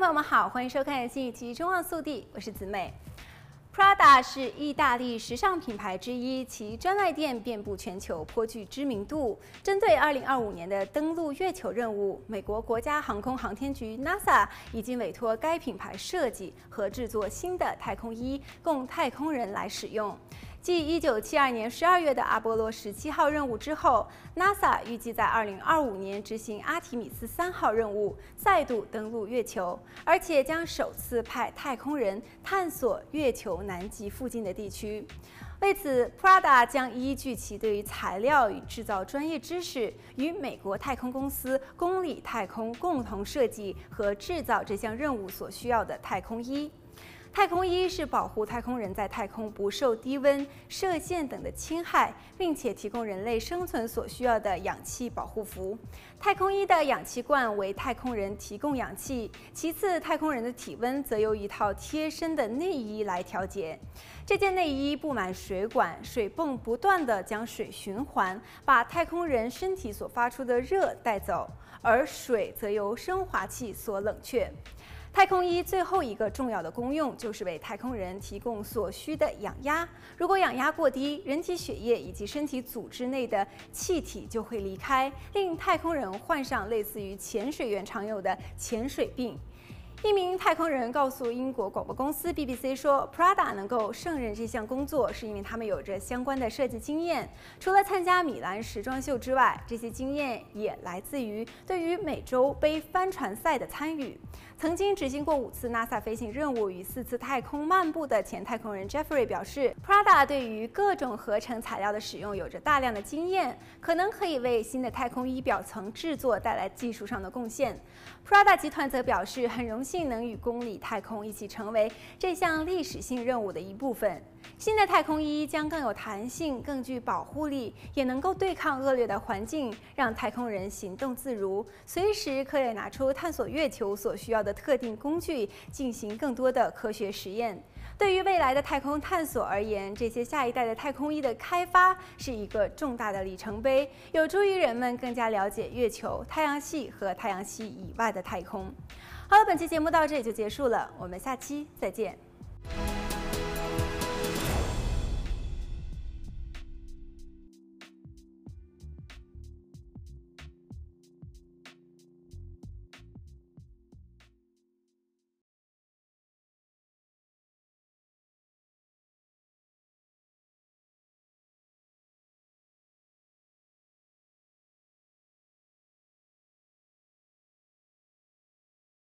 朋友们好，欢迎收看新一期《中望速递》，我是子美。Prada 是意大利时尚品牌之一，其专卖店遍布全球，颇具知名度。针对2025年的登陆月球任务，美国国家航空航天局 NASA 已经委托该品牌设计和制作新的太空衣，供太空人来使用。继1972年12月的阿波罗17号任务之后 ，NASA 预计在2025年执行阿提米斯3号任务，再度登陆月球，而且将首次派太空人探索月球南极附近的地区。为此 ，Prada 将依据其对于材料与制造专业知识，与美国太空公司公理太空共同设计和制造这项任务所需要的太空衣。太空衣是保护太空人在太空不受低温、射线等的侵害，并且提供人类生存所需要的氧气保护服。太空衣的氧气罐为太空人提供氧气，其次，太空人的体温则由一套贴身的内衣来调节。这件内衣布满水管，水泵不断地将水循环，把太空人身体所发出的热带走，而水则由升华器所冷却。太空衣最后一个重要的功用就是为太空人提供所需的氧压。如果氧压过低，人体血液以及身体组织内的气体就会离开，令太空人患上类似于潜水员常有的潜水病。一名太空人告诉英国广播公司 BBC 说 ，Prada 能够胜任这项工作，是因为他们有着相关的设计经验。除了参加米兰时装秀之外，这些经验也来自于对于美洲杯帆船赛的参与。曾经执行过5次 NASA 飞行任务与4次太空漫步的前太空人 Jeffrey 表示 ，Prada 对于各种合成材料的使用有着大量的经验，可能可以为新的太空衣表层制作带来技术上的贡献。Prada 集团则表示，很荣幸能与公理太空一起成为这项历史性任务的一部分。新的太空衣将更有弹性、更具保护力，也能够对抗恶劣的环境，让太空人行动自如，随时可以拿出探索月球所需要的特定工具，进行更多的科学实验。对于未来的太空探索而言，这些下一代的太空衣的开发是一个重大的里程碑，有助于人们更加了解月球、太阳系和太阳系以外的太空。好了，本期节目到这里就结束了，我们下期再见。